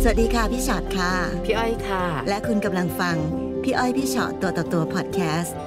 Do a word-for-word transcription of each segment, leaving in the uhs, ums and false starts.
สวัสดีค่ะพี่ชอตค่ะพี่อ้อยค่ะและคุณกำลังฟังพี่อ้อยพี่ชอตตัวต่อตัวพอดแคสต์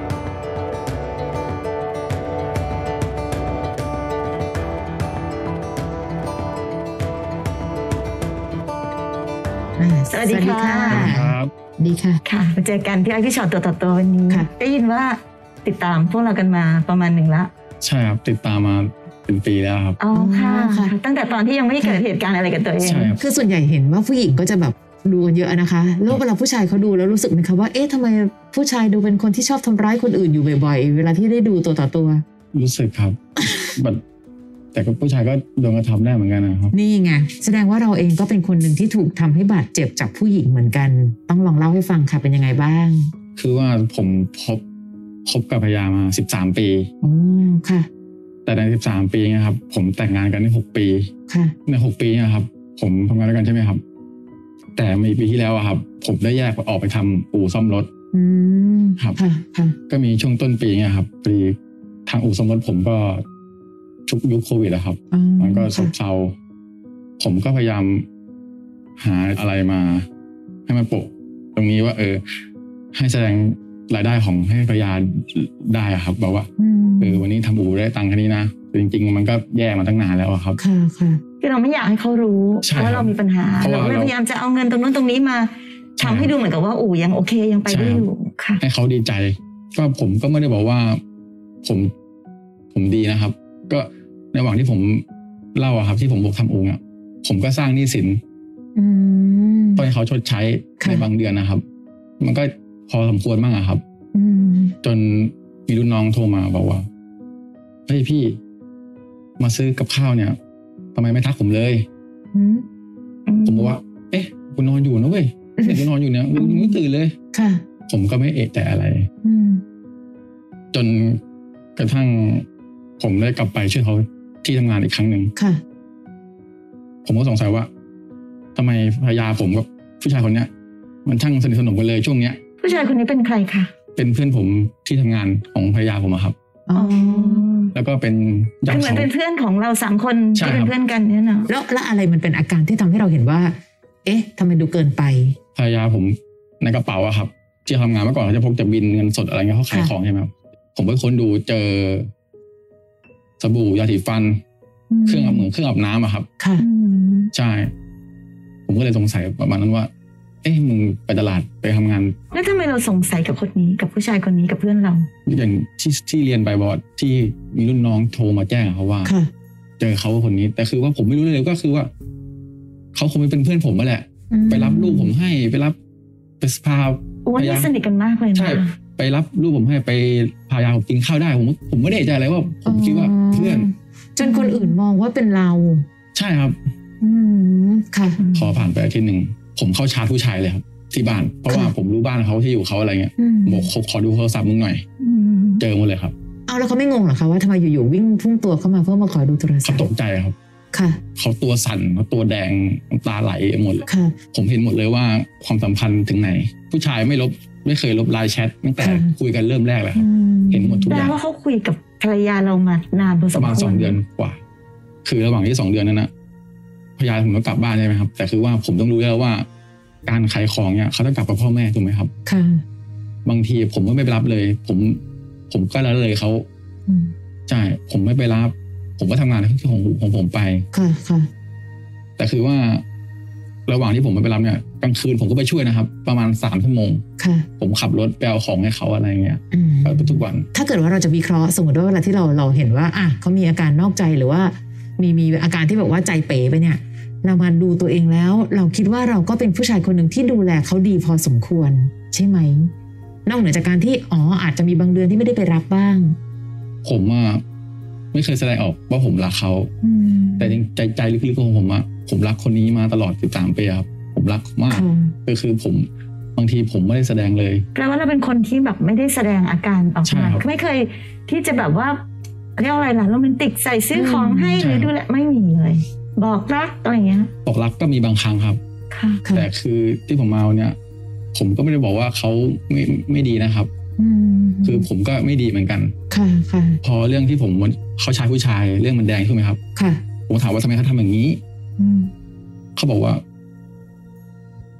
สวัสดีค่ะครับดีค่ะค่ะมาเจอกันพี่อ้อยพี่ชอตตัวต่อตัววันนี้ได้ยินว่าติดตามพวกเรากันมาประมาณหนึ่งแล้วใช่ครับติดตามมาเป็นปีแล้วครับอ๋อค่ะตั้งแต่ตอนที่ยังไม่เกิดเหตุการณ์อะไรกับตัวเองคือส่วนใหญ่เห็นว่าผู้หญิงก็จะแบบดูกันเยอะนะคะแล้วเวลาผู้ชายเขาดูแล้วรู้สึกไหมคะว่าเอ๊ะทำไมผู้ชายดูเป็นคนที่ชอบทำร้ายคนอื่นอยู่บ่อยๆเวลาที่ได้ดูตัวต่อตัวรู้สึกครับ แบบแต่ก็ผู้ชายก็โดนกระทำได้เหมือนกันนะครับนี่ไงแสดงว่าเราเองก็เป็นคนหนึ่งที่ถูกทำให้บาดเจ็บจากผู้หญิงเหมือนกันต้องลองเล่าให้ฟังค่ะเป็นยังไงบ้างคือว่าผมพบคบกับภรรยามาสิบสามปีอ๋อค่ะแต่ในสิบสามปีนะครับผมแต่งงานกันได้หกปีค่ะในหกปีนะครับผมทำงานด้วยกันใช่ไหมครับแต่มีปีที่แล้วอะครับผมได้แยกออกไปทำอู่ซ่อมรถอืมครับค่ะค่ะก็มีช่วงต้นปีเนี่ยครับพอดีทางอู่ซ่อมรถผมก็ชุกยุคโควิดอะครับมันก็ซบเซาผมก็พยายามหาอะไรมาให้มันโปะตรงนี้ว่าเออให้แสดงรายได้ของให้ภรรยาได้ครับบอกว่าเออวันนี้ทำอู่ได้ตังค์แค่นี้นะจริงๆมันก็แย่มาตั้งนานแล้วครับค่ะค่ะคือเราไม่อยากให้เขารู้ว่าเรามีปัญหาเราพยายามจะเอาเงินตรงนู้นตรงนี้มาทำให้ดูเหมือนกับว่าอู่ยังโอเคยังไปได้อยู่ค่ะให้เขาดีใจก็ผมก็ไม่ได้บอกว่าผมผมดีนะครับก็ในระหว่างที่ผมเล่าอะครับที่ผมบอกทำอู่อ่ะผมก็สร้างหนี้สินต้องให้เขาชดใช้ในบางเดือนนะครับมันก็พอสมควรมากอะครับจนมีรุ่นน้องโทรมาบอกว่าเฮ้ยพี่มาซื้อกับข้าวเนี่ยทำไมไม่ทักผมเลยผมบอกว่าเอ๊ะกูนอนอยู่นะเว้ยเด็กกูนอนอยู่เนี่ยกูไม่ตื่นเลยค่ะผมก็ไม่เอะแต่อะไรจนกระทั่งผมได้กลับไปช่วยเขาที่ทำงานอีกครั้งหนึ่งค่ะผมก็สงสัยว่าทำไมภรรยาผมกับผู้ชายคนเนี้ยมันช่างสนิทสนมกันเลยช่วงเนี้ยผู้ชายคนนี้เป็นใครคะเป็นเพื่อนผมที่ทำงานของภรรยาผมอะครับอ๋อแล้วก็เป็นญาติเขาเหมือนเป็นเพื่อนของเราสามคนที่เป็นเพื่อนกันเนี่ยเนาะแล้วแล้วอะไรมันเป็นอาการที่ทำให้เราเห็นว่าเอ๊ะทำไมดูเกินไปภรรยาผมในกระเป๋าอะครับที่ทำงานเมื่อก่อนเขาจะพกจะบินเงินสดอะไรเงี้ยเขาขายของใช่ไหมครับผมไปค้นดูเจอสบู่ยาสีฟันเครื่องอาบเหมือนเครื่องอาบน้ำอะครับค่ะใช่ผมก็เลยสงสัยประมาณนั้นว่าเอ๊ะมึงไปตลาดไปทำงานแล้วทำไมเราสงสัยกับคนนี้กับผู้ชายคนนี้กับเพื่อนเราอย่างที่ที่เรียนไปบอสที่มีรุ่นน้องโทรมาแจ้งเขาว่าเจอเขาคนนี้แต่คือว่าผมไม่รู้เลยก็คือว่าเขาคงเป็นเพื่อนผมมาแหละไปรับลูกผมให้ไปรับไปพาโอ้ยสนิทกันมากเลยนะใช่ไปรับลูกผมให้ไปพายาผมกินข้าวได้ผมผมไม่ได้ใจอะไรว่าผมคิดว่าเพื่อนจนคนอื่นมองว่าเป็นเราใช่ครับอืมค่ะพอผ่านไปอาทิตย์หนึ่งผมเข้าชาร์จผู้ชายเลยครับที่บ้านเพราะว่าผมรู้บ้านเขาที่อยู่เขาอะไรเงี้ยบอกขอดูโทรศัพท์มึงหน่อยเจอหมดเลยครับเอาแล้วเขาไม่งงเหรอคะว่าทำไมอยู่ๆวิ่งพุ่งตัวเข้ามาเพื่อมาขอดูโทรศัพท์เขาตกใจครับค่ะเขาตัวสั่นเขาตัวแดงน้ำตาไหลหมดเลยผมเห็นหมดเลยว่าความสัมพันธ์ถึงไหนผู้ชายไม่ลบไม่เคยลบไลน์แชทตั้งแต่คุยกันเริ่มแรกเลยครับเห็นหมดทุกอย่างแปลว่าเขาคุยกับภรรยาเรามานานพอสมควรประมาณสองเดือนกว่าคือระหว่างที่สองเดือนนั้นนะภรรยาผมต้องกลับบ้านใช่ไหมครับแต่คือว่าผมต้องรู้แล้วว่าการขายของเนี่ยเขาต้องกลับกับพ่อแม่ถูกไหมครับค่ะบางทีผมก็ไม่ไปรับเลยผมผมก็ละเลยเขาใช่ผมไม่ไปรับผมก็ทำงานที่ของของผมไปค่ะค่ะแต่คือว่าระหว่างที่ผมไม่ไปรับเนี่ยกลางคืนผมก็ไปช่วยนะครับประมาณสามชั่วโมงค่ะผมขับรถไปเอาของให้เขาอะไรเงี้ยไปทุกวันถ้าเกิดว่าเราจะวิเคราะห์สมมติว่าเวลาที่เราเราเห็นว่าอ่ะเขามีอาการนอกใจหรือว่ามีมีอาการที่แบบว่าใจเป๋ไปเนี่ยเรามาดูตัวเองแล้วเราคิดว่าเราก็เป็นผู้ชายคนหนึ่งที่ดูแลเขาดีพอสมควรใช่ไหมนอกเหนือจากการที่อ๋ออาจจะมีบางเดือนที่ไม่ได้ไปรับบ้างผมอ่ะไม่เคยแสดงออกว่าผมรักเขาแต่ใจใจลึกๆของผมอ่ะผมรักคนนี้มาตลอดสิบสามปีครับผมรักมากก็คือผมบางทีผมไม่ได้แสดงเลยแปลว่าเราเป็นคนที่แบบไม่ได้แสดงอาการออกมาไม่เคยที่จะแบบว่าเรียกอะไรล่ะโรแมนติกใส่ซื้อของให้หรือดูแลไม่มีเลยบอกรักอะไรอย่างเงี้ยบอกรักก็มีบางครั้งครับแต่คือที่ผมมาเนี่ยผมก็ไม่ได้บอกว่าเขาไม่ไม่ดีนะครับคือผมก็ไม่ดีเหมือนกันค่ะค่ะพอเรื่องที่ผมเขาชายผู้ชายเรื่องมันแดงใช่ไหมครับค่ะผมถามว่าทำไมเขาทำอย่างนี้เขาบอกว่า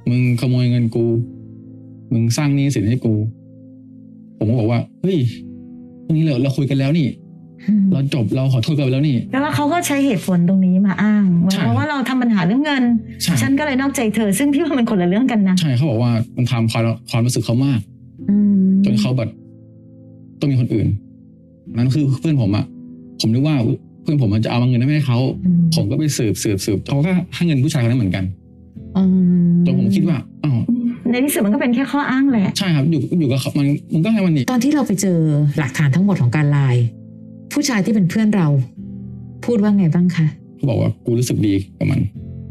มึงขโมยเงินกูมึงสร้างหนี้สินให้กูผมก็บอกว่าเฮ้ยพวกนี้เราเราคุยกันแล้วนี่เราจบเราขอโทษกันไปแล้วนี่แล้วเขาก็ใช้เหตุผลตรงนี้มาอ้างเพราะว่าเราทำปัญหาเรื่องเงินฉันก็เลยนอกใจเธอซึ่งพี่ว่ามันคนละเรื่องกันนะใช่เขาบอกว่ามันทำความความรู้สึกเขามากจนเขาแบบต้องมีคนอื่นนั่นคือเพื่อนผมอะผมนึกว่าเพื่อนผมมันจะเอาเงินให้เขาผมก็ไปสืบสืบสืบเขาก็ให้เงินผู้ชายคนนั้นเหมือนกันจนผมคิดว่าอ้าวในที่สุดมันก็เป็นแค่ข้ออ้างแหละใช่ครับอยู่อยู่กับมันมันก็ให้มันนี่ตอนที่เราไปเจอหลักฐานทั้งหมดของการไลน์ผู้ชายที่เป็นเพื่อนเราพูดว่าไงบ้างคะเขาบอกว่ากูรู้สึกดีกับมัน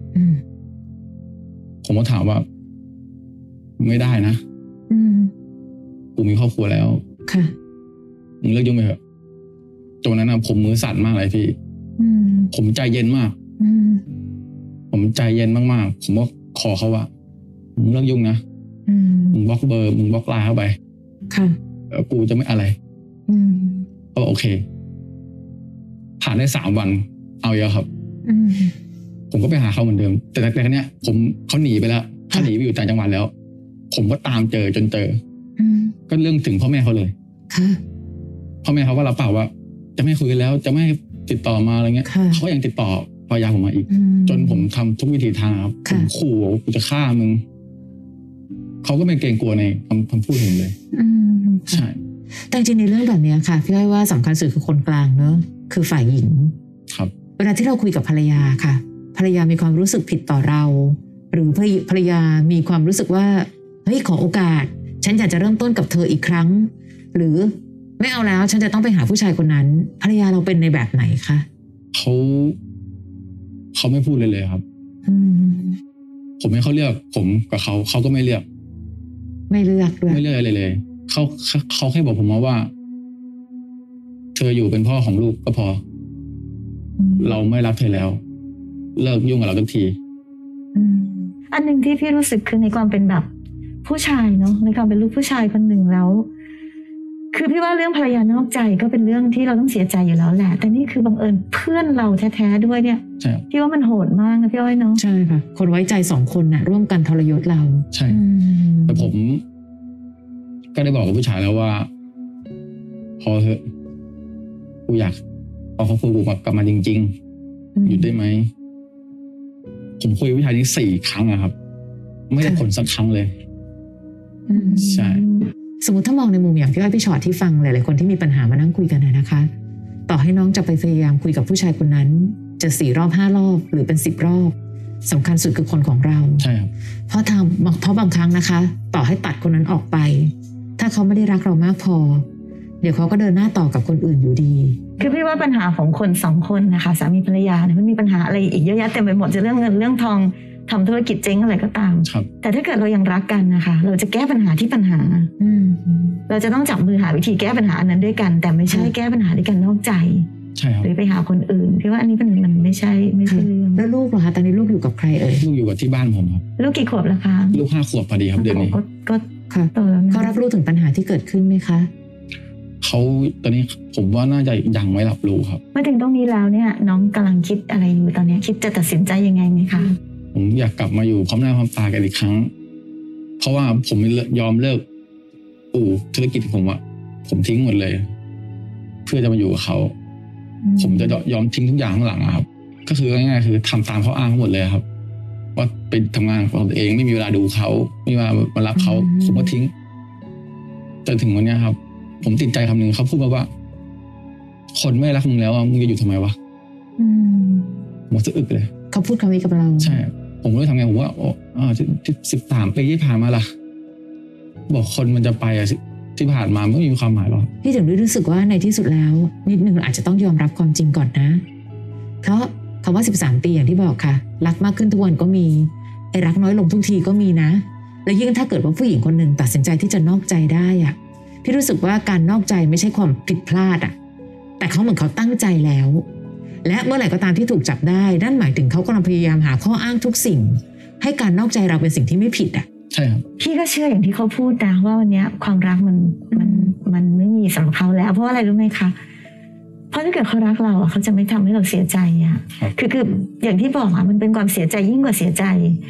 ผมก็ถามว่าไม่ได้นะกูมีครอบครัวแล้วค่ะมึงเลิกยุ่งไปเถอะตรงนั้นนะผมมือสั่นมากเลยพี่ผมใจเย็นมากผมใจเย็นมากๆผมก็ขอเขาว่ามึงเลิกยุ่งนะมึงบล็อกเบอร์มึงบล็อกไลน์เข้าไปค่ะแล้วกูจะไม่อะไรก็โอเคผ่านได้สามวันเอาเยอะครับผมก็ไปหาเขาเหมือนเดิมแต่แต่ครั้งนี้ยผมเขาหนีไปแล้วเขาหนีไปอยู่ต่างจังหวัดแล้วผมก็ตามเจอจนเจอก็เรื่องถึงพ่อแม่เขาเลยพ่อแม่เขาก็รับปากว่าจะไม่คุยกันแล้วจะไม่ติดต่อมาอะไรเงี้ยเขายังติดต่อพยายามผมมาอีกจนผมทำทุกวิธีทางครับผมขู่ว่ากูจะฆ่ามึงเขาก็ไม่เกรงกลัวในคำคำพูดผมเลยใช่แต่จริงในเรื่องแบบนี้ค่ะพี่อ้อยว่าสำคัญสุดคือคนกลางเนอะคือฝ่ายหญิงครับเวลาที่เราคุยกับภรรยาค่ะภรรยามีความรู้สึกผิดต่อเราหรือภรรยามีความรู้สึกว่าเฮ้ยขอโอกาสฉันอยากจะเริ่มต้นกับเธออีกครั้งหรือไม่เอาแล้วฉันจะต้องไปหาผู้ชายคนนั้นภรรยาเราเป็นในแบบไหนคะเขาเขาไม่พูดเลยเลยครับผมให้เขาเลือกผมกับเขาเขาก็ไม่เลือกไม่เลือกด้วยไม่เลือกอะไรเลยเขาเขาแค่บอกผมมาว่าเธออยู่เป็นพ่อของลูกก็พอเราไม่รักเธอแล้วเลิกยุ่งกับเราทุกทีอันหนึ่งที่พี่รู้สึกคือในความเป็นแบบผู้ชายเนาะในความเป็นลูกผู้ชายคนหนึ่งแล้วคือพี่ว่าเรื่องภรรยานอกใจก็เป็นเรื่องที่เราต้องเสียใจอยู่แล้วแหละแต่นี่คือบังเอิญเพื่อนเราแท้ๆด้วยเนี่ยพี่ว่ามันโหดมากนะพี่อ้อยเนาะใช่ค่ะคนไว้ใจสองคนน่ะร่วมกันทรยศเราใช่แต่ผมก็ได้บอกกับผู้ชายแล้วว่าพอเถอะกูอยากเอาครอบครัวกูกลับมาจริงๆหยุดได้ไหมผมคุยกับผู้ชายนี้สี่ครั้งอะครับไม่ได้ผลสักครั้งเลยใช่สมมติถ้ามองในมุมอย่างพี่อ้อยพี่ชอตที่ฟังหลายๆคนที่มีปัญหามานั่งคุยกันนะคะต่อให้น้องจะไปพยายามคุยกับผู้ชายคนนั้นจะสี่รอบห้ารอบหรือเป็นสิบรอบสำคัญสุดคือคนของเราใช่ครับเพราะทำเพราะบางครั้งนะคะต่อให้ตัดคนนั้นออกไปถ้าเขาไม่ได้รักเรามากพอเดี๋ยวเขาก็เดินหน้าต่อกับคนอื่นอยู่ดีคือพี่ว่าปัญหาของคนสองคนนะคะสามีภรรยาเนี่ยมันมีปัญหาอะไรอีกเยอะแยะเต็มไปหมดจะเรื่องเงินเรื่องทองทำธุรกิจเจ๊งอะไรก็ตามแต่ถ้าเกิดเรายังรักกันนะคะเราจะแก้ปัญหาที่ปัญหาเราจะต้องจับมือหาวิธีแก้ปัญหานั้นด้วยกันแต่ไม่ใช่แก้ปัญหาด้วยกันนอกใจหรือไปหาคนอื่นพี่ว่าอันนี้มันมันไม่ใช่ไม่ใช่เรื่องแล้วลูกเหรอคะตอนนี้ลูกอยู่กับใครเอ่ยลูกอยู่กับที่บ้านผมครับลูกกี่ขวบแล้วคะลูกห้าขวบพอดีครับเดือนนี้ก็ค่ะเขารับรู้ถึงปัญหาที่เกิดขึ้นไหมคะเขาตอนนี้ผมว่าน่าจะยังไม่รับรู้ครับมาถึงตรงนี้แล้วเนี่ยน้องกำลังคิดอะไรอยู่ตอนนี้คิดจะตัดสินใจยังไงไหมคะผมอยากกลับมาอยู่พร้อมหน้าพร้อมตากันอีกครั้งเพราะว่าผมยอมเลิกอู่ธุรกิจผมอะผมทิ้งหมดเลยเพื่อจะมาอยู่กับเขาผมจะยอมทิ้งทุกอย่างข้างหลังครับก็คือง่ายๆคือทำตามเขาอ้างทั้งหมดเลยครับว่าไปทำงานของตัวเองไม่มีเวลาดูเขาไม่มีเวลามารับเขาผมก็ทิ้งจนถึงวันนี้ครับผมติดใจคำหนึ่งเขาพูดมาว่าคนไม่รักมึงแล้วมึงจะอยู่ทำไมวะหมดสะอึกเลยเขาพูดคำนี้กับเราใช่ผมก็เลยทำไงผมว่าอ๋อสิบสามปีที่ผ่านมาล่ะบอกคนมันจะไปอะที่ผ่านมาไม่มีความหมายหรอกพี่ถึงรู้สึกว่าในที่สุดแล้วนิดนึงอาจจะต้องยอมรับความจริงก่อนนะเพราะคำว่าสิบสามปีอย่างที่บอกค่ะรักมากขึ้นทุกวันก็มีไอ้รักน้อยลงทุกทีก็มีนะและยิ่งถ้าเกิดว่าผู้หญิงคนหนึ่งตัดสินใจที่จะนอกใจได้อ่ะพี่รู้สึกว่าการนอกใจไม่ใช่ความผิดพลาดอ่ะแต่เขาเหมือนเขาตั้งใจแล้วและเมื่อไหร่ก็ตามที่ถูกจับได้นั่นหมายถึงเขากำลังพยายามหาข้ออ้างทุกสิ่งให้การนอกใจเราเป็นสิ่งที่ไม่ผิดอ่ะใช่ครับพี่ก็เชื่ออย่างที่เขาพูดนะว่าวันนี้ความรักมันมันมันไม่มีสำหรับเขาแล้วเพราะอะไรรู้ไหมคะเพราะถ้าเกิดเขารักเราเขาจะไม่ทำให้เราเสียใจอ่ะคือคืออย่างที่บอกอ่ะมันเป็นความเสียใจยิ่งกว่าเสียใจ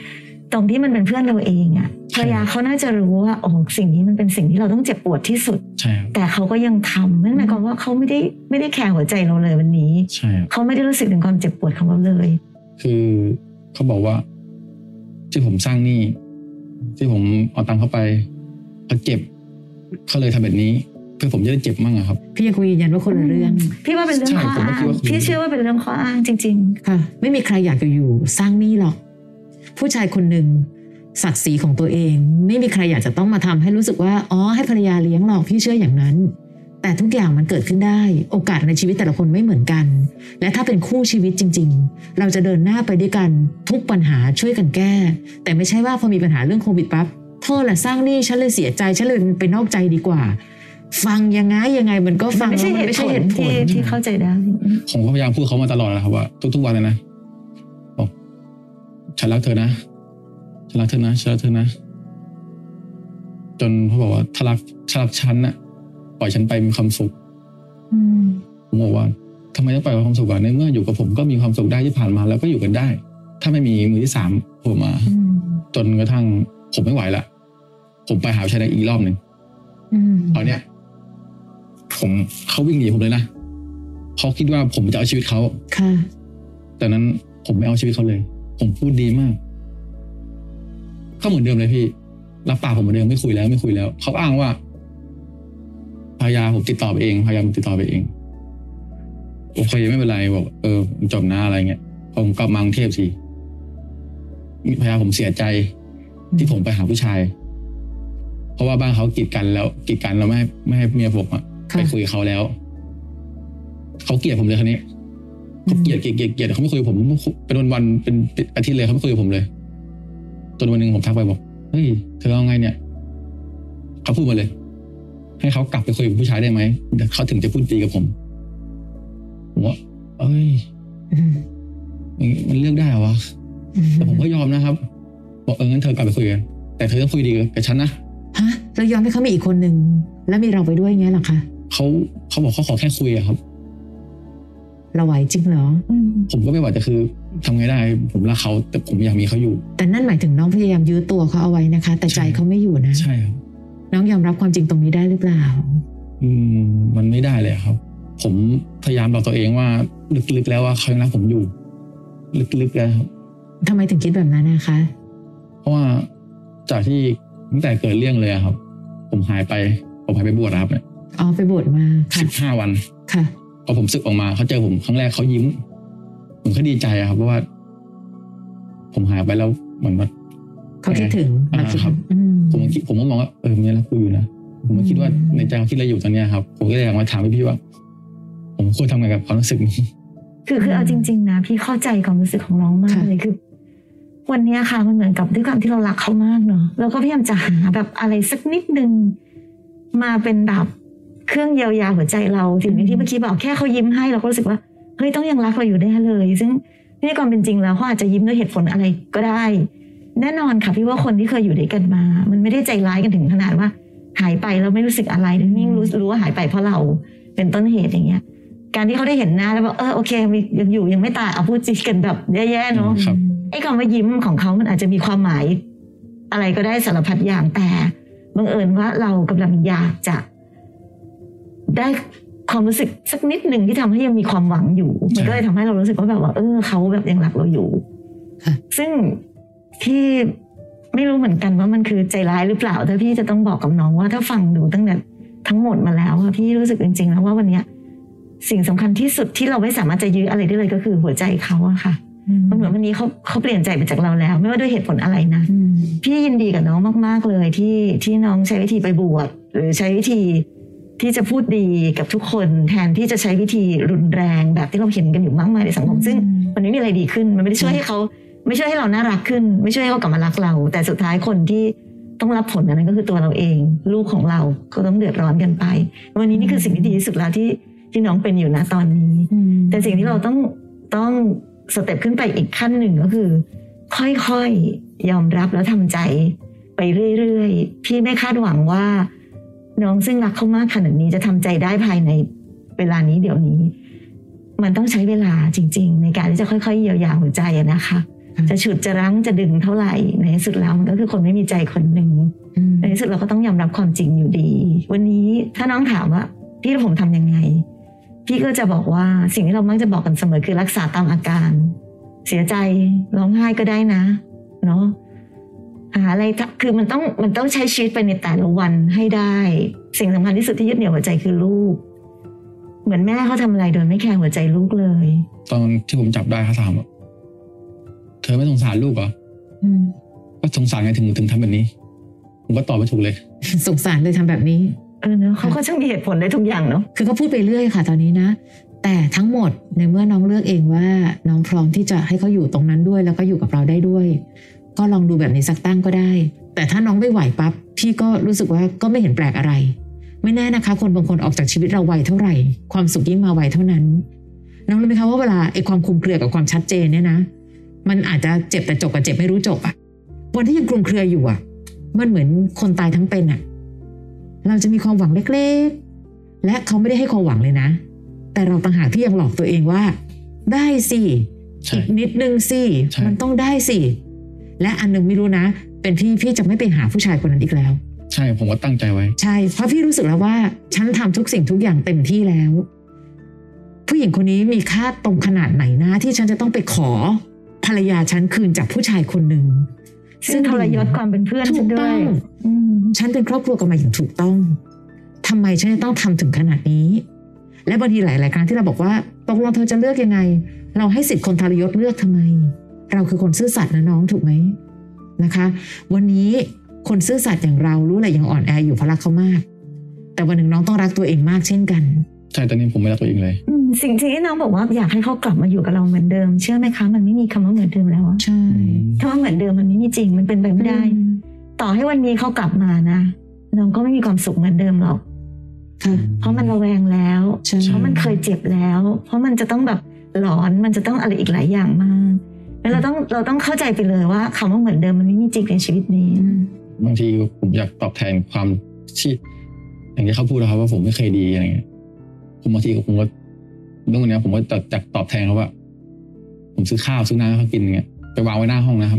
ตรงที่มันเป็นเพื่อนเราเองอ่ะภรรยาเขาน่าจะรู้ว่าโอ้สิ่งนี้มันเป็นสิ่งที่เราต้องเจ็บปวดที่สุดแต่เขาก็ยังทำนั่นหมายความว่าเขาไม่ได้ไม่ได้แคร์หัวใจเราเลยวันนี้เขาไม่ได้รู้สึกถึงความเจ็บปวดของเราเลยคือเขาบอกว่าที่ผมสร้างหนี้ที่ผมเอาตังค์เข้าไปเขาเจ็บเขาเลยทำแบบนี้เพื่อผมจะได้เจ็บมั่งอะครับพี่ยังคุยยืนยันว่าคนละเรื่องพี่ว่าเป็นเรื่องข้ออ้างพี่เชื่อว่าเป็นเรื่องข้ออ้างจริงๆค่ะไม่มีใครอยากจะอยู่สร้างหนี้หรอกผู้ชายคนหนึ่งศักดิ์ศรีของตัวเองไม่มีใครอยากจะต้องมาทำให้รู้สึกว่าอ๋อให้ภรรยาเลี้ยงหรอกพี่เชื่ออย่างนั้นแต่ทุกอย่างมันเกิดขึ้นได้โอกาสในชีวิตแต่ละคนไม่เหมือนกันและถ้าเป็นคู่ชีวิตจริงๆเราจะเดินหน้าไปด้วยกันทุกปัญหาช่วยกันแก้แต่ไม่ใช่ว่าพอมีปัญหาเรื่องโควิดปั๊บโทษแหละสร้างหนี้ฉันเลยเสียใจฉันเลยไปนอกใจดีกว่าฟังยังไงยังไงมันก็ฟังไม่ใช่เหตุผลที่ที่เข้าใจได้ผมก็พยายามพูดเขามาตลอดนะครับว่าทุกๆวันเลยนะบอกฉันรักเธอนะฉันรักเธอนะฉันรักเธอนะจนเขาบอกว่าถ้ารักถ้ารักฉันน่ะปล่อยฉันไปมีความสุขผมบอกว่าทำไมต้องปล่อยความสุขอ่ะในเมื่ออยู่กับผมก็มีความสุขได้ที่ผ่านมาแล้วก็อยู่กันได้ถ้าไม่มีมือที่สามโผล่มาจนกระทั่งผมไม่ไหวละผมไปหาชายในอีกรอบหนึ่งตอนเนี้ยผมเขาวิ่งหนีผมเลยนะเขาคิดว่าผมจะเอาชีวิตเขาค่ะแต่นั้นผมไม่เอาชีวิตเขาเลยผมพูดดีมากก็เหมือนเดิมเลยพี่รับปากผมเหมือนเดิมไม่คุยแล้วไม่คุยแล้วเขาอ้างว่าภรรยาผมติดต่อไปเองภรรยาผมติดต่อไปเองโอเคไม่เป็นไรบอกเออจบนะอะไรเงี้ยพอผมกลับมากรุงเทพสิภรรยาผมเสียใจที่ผมไปหาผู้ชายเพราะว่าบ้านเขากีดกันแล้วกีดกันเราไม่ให้ไม่ให้เมียผมอะไปคุยกับเขาแล้วเขาเกลียดผมเลยคนนี้เขาเกลียดเกลียดเกลียดเกลียดเขาไม่คุยกับผมเป็นวันวันเป็นอาทิตย์เลยเขาไม่คุยกับผมเลยจนวันหนึ่งผมทักไปบอกเฮ้ยเธอเอาไงเนี่ยเขาพูดมาเลยให้เขากลับไปคุยกับผู้ชายได้ไหมเขาถึงจะพูดดีกับผมผมว่าเอ้ยมันเลือกได้เหรอวะแต่ผมก็ยอมนะครับบอกเอองั้นเธอกลับไปคุยกันแต่เธอต้องคุยดีกับฉันนะฮะเรายอมให้เขามีอีกคนหนึ่งแล้วมีเราไปด้วยไงล่ะคะเขาเขาบอกเขาขอแค่คุยอะครับเราไหวจริงเหรอผมก็ไม่ไหวแต่คือทำไงได้ผมรักเขาแต่ผมอยากมีเขาอยู่แต่นั่นหมายถึงน้องพยายามยื้อตัวเขาเอาไว้นะคะแต่ใจเขาไม่อยู่นะใช่ครับน้องยอมรับความจริงตรงนี้ได้หรือเปล่าอืมมันไม่ได้เลยครับผมพยายามบอกตัวเองว่าลึกๆแล้วว่าเขายังรักผมอยู่ลึกๆแล้วครับทำไมถึงคิดแบบนั้นนะคะเพราะว่าจากที่ตั้งแต่เกิดเรื่องเลยครับผมหายไปผมหายไปบวชครับเนี่ยอ๋อไปบวชมาสิบห้าวันค่ะพอผมสึกออกมาเขาเจอผมครั้งแรกเขายิ้มผมก็ดีใจครับเพราะว่าผมหายไปแล้วเหมือนว่าเขาคิดถึงครับผมคิดผมก็มองว่าเออมันรักกูอยู่นะผมก็คิดว่าในใจเขาคิดอะไรอยู่ตอนนี้ครับผมก็เลยอยากมาถามพี่ว่าผมควรทำไงกับความรู้สึกนี้คือคือเอาจริงๆนะพี่เข้าใจความรู้สึกของน้องมากเลยคือวันนี้ค่ะมันเหมือนกับด้วยความที่เรารักเขามากเนาะเราก็พยายามจะหาแบบอะไรสักนิดนึงมาเป็นแบบเครื่องเยียวยาหัวใจเราถึงที่เมื่อกี้บอกแค่เขายิ้มให้เราก็รู้สึกว่าเฮ้ยต้องยังรักเราอยู่ได้เลยซึ่งในความเป็นจริงแล้วเขาอาจจะยิ้มด้วยเหตุผลอะไรก็ได้แน่นอนค่ะพี่ว่าคนที่เคยอยู่ด้วยกันมามันไม่ได้ใจร้ายกันถึงขนาดว่าหายไปเราไม่รู้สึกอะไรนิ่งรู้รู้ว่าหายไปเพราะเราเป็นต้นเหตุอย่างเงี้ยการที่เขาได้เห็นหน้าแล้วว่าเออโอเคยังอยู่ยังไม่ตายเอาพูดจริงกันแบบแย่ๆเนาะไอ้คำว่ายิ้มของเขามันอาจจะมีความหมายอะไรก็ได้สารพัดอย่างแต่บังเอิญว่าเรากำลังอยากจะได้ความรู้สึกสักนิดหนึ่งที่ทำให้ยังมีความหวังอยู่มันก็เลยทำให้เรารู้สึกว่าแบบว่าเออเขาแบบยังรักเราอยู่ซึ่งพี่ไม่รู้เหมือนกันว่ามันคือใจร้ายหรือเปล่าถ้าพี่จะต้องบอกกับน้องว่าถ้าฟังดูตั้งแต่ทั้งหมดมาแล้วพี่รู้สึกจริงๆแล้วว่าวันนี้สิ่งสำคัญที่สุดที่เราไม่สามารถจะยื้ออะไรได้เลยก็คือหัวใจเขาอะค่ะมันเหมือนวันนี้เขาเขาเปลี่ยนใจไปจากเราแล้วไม่ว่าด้วยเหตุผลอะไรนะพี่ยินดีกับน้องมากๆเลยที่ที่น้องใช้วิธีไปบวชหรือใช้วิธีที่จะพูดดีกับทุกคนแทนที่จะใช้วิธีรุนแรงแบบที่เราเห็นกันอยู่มากมายในสังคมซึ่งมันไม่มีอะไรดีขึ้นมันไม่ได้ช่วยให้เขาไม่ช่วยให้เราน่ารักขึ้นไม่ช่วยให้เขากลับมารักเราแต่สุดท้ายคนที่ต้องรับผลนั้นก็คือตัวเราเองลูกของเราก็ต้องเดือดร้อนกันไปวันนี้นี่คือสิ่งที่ดีที่สุดแล้วที่ที่น้องเป็นอยู่นะตอนนี้แต่สิ่งที่เราต้องต้องสเต็ปขึ้นไปอีกขั้นหนึ่งก็คือค่อยๆยอมรับแล้วทำใจไปเรื่อยๆพี่ไม่คาดหวังว่าน้องซึ่งรักเขามากขนาดนี้จะทำใจได้ภายในเวลานี้เดี๋ยวนี้มันต้องใช้เวลาจริงๆในการที่จะค่อยๆเยียวยาหัวใจนะคะจะฉุดจะรั้งจะดึงเท่าไหร่ในที่สุดแล้วมันก็คือคนไม่มีใจคนหนึ่งในที่สุดเราก็ต้องยอมรับความจริงอยู่ดีวันนี้ถ้าน้องถามว่าพี่ผมทำยังไงพี่ก็จะบอกว่าสิ่งที่เรามักจะบอกกันเสมอคือรักษาตามอาการเสียใจร้องไห้ก็ได้นะเนาะหาอะไรคือมันต้องมันต้องใช้ชีวิตไปในแต่ละวันให้ได้สิ่งสำคัญที่สุดที่ยึดเหนี่ยวหัวใจคือลูกเหมือนแม่เขาทำอะไรโดยไม่แคร์หัวใจลูกเลยตอนที่ผมจับได้เขาถามว่าเธอไม่สงสารลูกเหรอก็สงสารไงถึงถึงทำแบบนี้ผมก็ตอบไม่ถูกเลยสงสารเลยทำแบบนี้เออเนาะเขาก็ช่างมีเหตุผลได้ทุกอย่างเนาะคือเขาพูดไปเรื่อยค่ะตอนนี้นะแต่ทั้งหมดในเมื่อน้องเลือกเองว่าน้องพร้อมที่จะให้เขาอยู่ตรงนั้นด้วยแล้วก็อยู่กับเราได้ด้วยก็ลองดูแบบนี้สักตั้งก็ได้แต่ถ้าน้องไม่ไหวปั๊บพี่ก็รู้สึกว่าก็ไม่เห็นแปลกอะไรไม่แน่นะคะคนบางคนออกจากชีวิตเราไวเท่าไหร่ความสุขยิ่งมาไวเท่านั้นน้องรู้ไหมคะว่าเวลาไอ้ความคลุมเครือกับความชัดเจนเนี่ยนะมันอาจจะเจ็บแต่จบกับเจ็บไม่รู้จบอะวันที่ยังคลุมเครืออยู่อะมันเหมือนคนตายทั้งเป็นอะเราจะมีความหวังเล็กๆและเขาไม่ได้ให้ความหวังเลยนะแต่เราต่างหากที่ยังหลอกตัวเองว่าได้สิอีกนิดนึงสิมันต้องได้สิและอันนึงไม่รู้นะเป็นพี่พี่จะไม่ไปหาผู้ชายคนนั้นอีกแล้วใช่ผมก็ตั้งใจไว้ใช่เพราะพี่รู้สึกแล้วว่าฉันทำทุกสิ่งทุกอย่างเต็มที่แล้วผู้หญิงคนนี้มีค่าตรงขนาดไหนนะที่ฉันจะต้องไปขอภรรยาฉันคืนจากผู้ชายคนหนึ่งซึ่งทรยศความเป็นเพื่อนฉันด้วยฉันเป็นครอบครัวกันมาอย่างถูกต้องทำไมฉันจะต้องทำถึงขนาดนี้และบางทีหลายๆครั้งที่เราบอกว่าตกลงเธอจะเลือกยังไงเราให้สิทธิ์คนทรยศเลือกทำไมเราคือคนซื่อสัตย์นะน้องถูกไหมนะคะวันนี้คนซื่อสัตย์อย่างเรารู้แหละยังอ่อนแออยู่เพราะรักเขามากแต่วันหนึ่งน้องต้องรักตัวเองมากเช่นกันใช่ตอนนี้ผมไม่รักตัวเองเลยสิ่งที่น้องบอกว่าอยากให้เขากลับมาอยู่กับเราเหมือนเดิมเชื่อไหมคะมันไม่มีคำว่าเหมือนเดิมแล้วใช่คำว่าเหมือนเดิมมันไม่มีจริงมันเป็นไปไม่ได้ต่อให้วันนี้เขากลับมานะน้องก็ไม่มีความสุขเหมือนเดิมหรอกเพราะมันระแวงแล้วเพราะมันเคยเจ็บแล้วเพราะมันจะต้องแบบหลอนมันจะต้องอะไรอีกหลายอย่างมากแล้วเราต้องเราต้องเข้าใจไปเลยว่าคำว่าเหมือนเดิมมันไม่มีจริงในชีวิตนี้บางทีผมอยากตอบแทนความที่อย่างที่เขาพูดนะครับว่าผมไม่เคยดีอะไรเงี้ยผมบางทีผมก็เรื่องนี้ผมก็จะตอบแทนเขาว่าผมซื้อข้าวซื้อน้ำให้เขากินเงี้ยไปวางไว้หน้าห้องนะครับ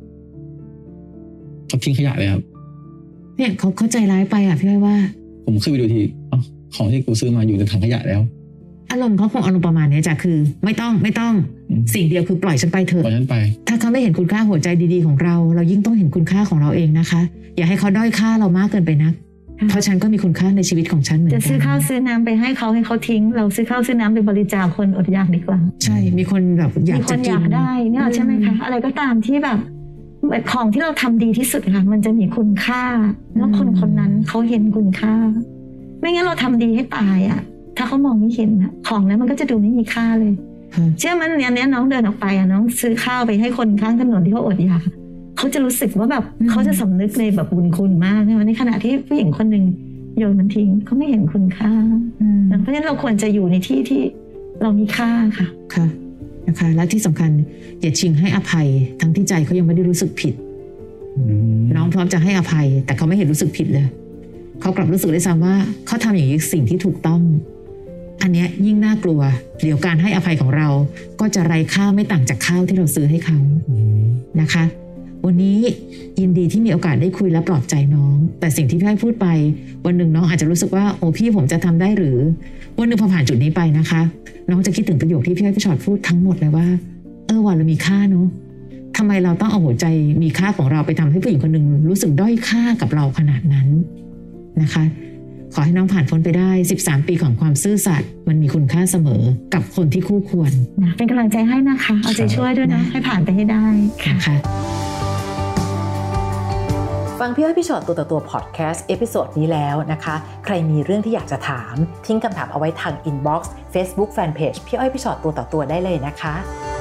เขาทิ้งขยะเลยครับเนี่ยเขาเข้าใจร้ายไปอ่ะพี่ว่าว่าผมขึ้นไปดูทีอ๋อของที่กูซื้อมาอยู่ในถังขยะแล้วอารมณ์เขาคงอารมณ์ประมาณนี้จ้ะคือไม่ต้องไม่ต้องสิ่งเดียวคือปล่อยฉันไปเถอะปล่อยฉันไปถ้าเขาไม่เห็นคุณค่าหัวใจดีๆของเราเรายิ่งต้องเห็นคุณค่าของเราเองนะคะอย่าให้เขาด้อยค่าเรามากเกินไปนักเพราะฉันก็มีคุณค่าในชีวิตของฉันเหมือนกันจะซื้อข้าวซื้อน้ำไปให้เขาให้เขาทิ้งเราซื้อข้าวซื้อน้ำไปบริจาคคนอดอยากดีกว่าใช่มีคนแบบอยากจะกินมีคนอยากได้เนี่ยใช่ไหมคะอะไรก็ตามที่แบบของที่เราทำดีที่สุดค่ะมันจะมีคุณค่าแล้วคนคนนั้นเขาเห็นคุณค่าไม่งั้นเราทำดีให้ตายอ่ะถ้าเขามองไม่เห็นนะของนั้นมันก็จะดูไม่มีค่าเลยเชื่อมันเนี่ยเนี่ยน้องเดินออกไปอ่ะน้องซื้อข้าวไปให้คนข้างถนนที่เขาอดอยากเขาจะรู้สึกว่าแบบเขาจะสำนึกในแบบบุญคุณมากในขณะที่ผู้หญิงคนหนึ่งโยนมันทิ้งเขาไม่เห็นคุณค่าเพราะฉะนั้นเราควรจะอยู่ในที่ที่เรามีค่าค่ะค่ะนะคะและที่สำคัญอย่าชิงให้อภัยทั้งที่ใจเขายังไม่ได้รู้สึกผิดน้องพร้อมจะให้อภัยแต่เขาไม่เห็นรู้สึกผิดเลยเขากลับรู้สึกได้ซ้ำว่าเขาทำอย่างนี้สิ่งที่ถูกต้องอันนี้ยิ่งน่ากลัวเดี๋ยวการให้อภัยของเราก็จะไร้ค่าไม่ต่างจากข้าวที่เราซื้อให้เขานะคะวันนี้ยินดีที่มีโอกาสได้คุยและปลอบใจน้องแต่สิ่งที่พี่ให้พูดไปวันหนึ่งน้องอาจจะรู้สึกว่าโอ้พี่ผมจะทำได้หรือวันหนึ่งพอผ่านจุดนี้ไปนะคะน้องจะคิดถึงประโยคที่พี่ให้พี่ชอตพูดทั้งหมดเลยว่าเออว่าเรามีค่าเนาะทำไมเราต้องเอาหัวใจมีค่าของเราไปทำให้ผู้หญิงคนหนึ่งรู้สึกด้อยค่ากับเราขนาดนั้นนะคะขอให้น้องผ่านพ้นไปได้สิบสามปีของความซื่อสัตย์มันมีคุณค่าเสมอกับคนที่คู่ควรนะเป็นกำลังใจให้นะคะเอาใจช่วยด้วยนะให้ผ่านไปให้ได้ค่ะฟังพี่อ้อยพี่ชอตตัวต่อตัวพอดแคสต์เอพิโซดนี้แล้วนะคะใครมีเรื่องที่อยากจะถามทิ้งคำถามเอาไว้ทางอินบ็อกซ์ Facebook Fanpage พี่อ้อยพี่ชอตตัวต่อตัวได้เลยนะคะ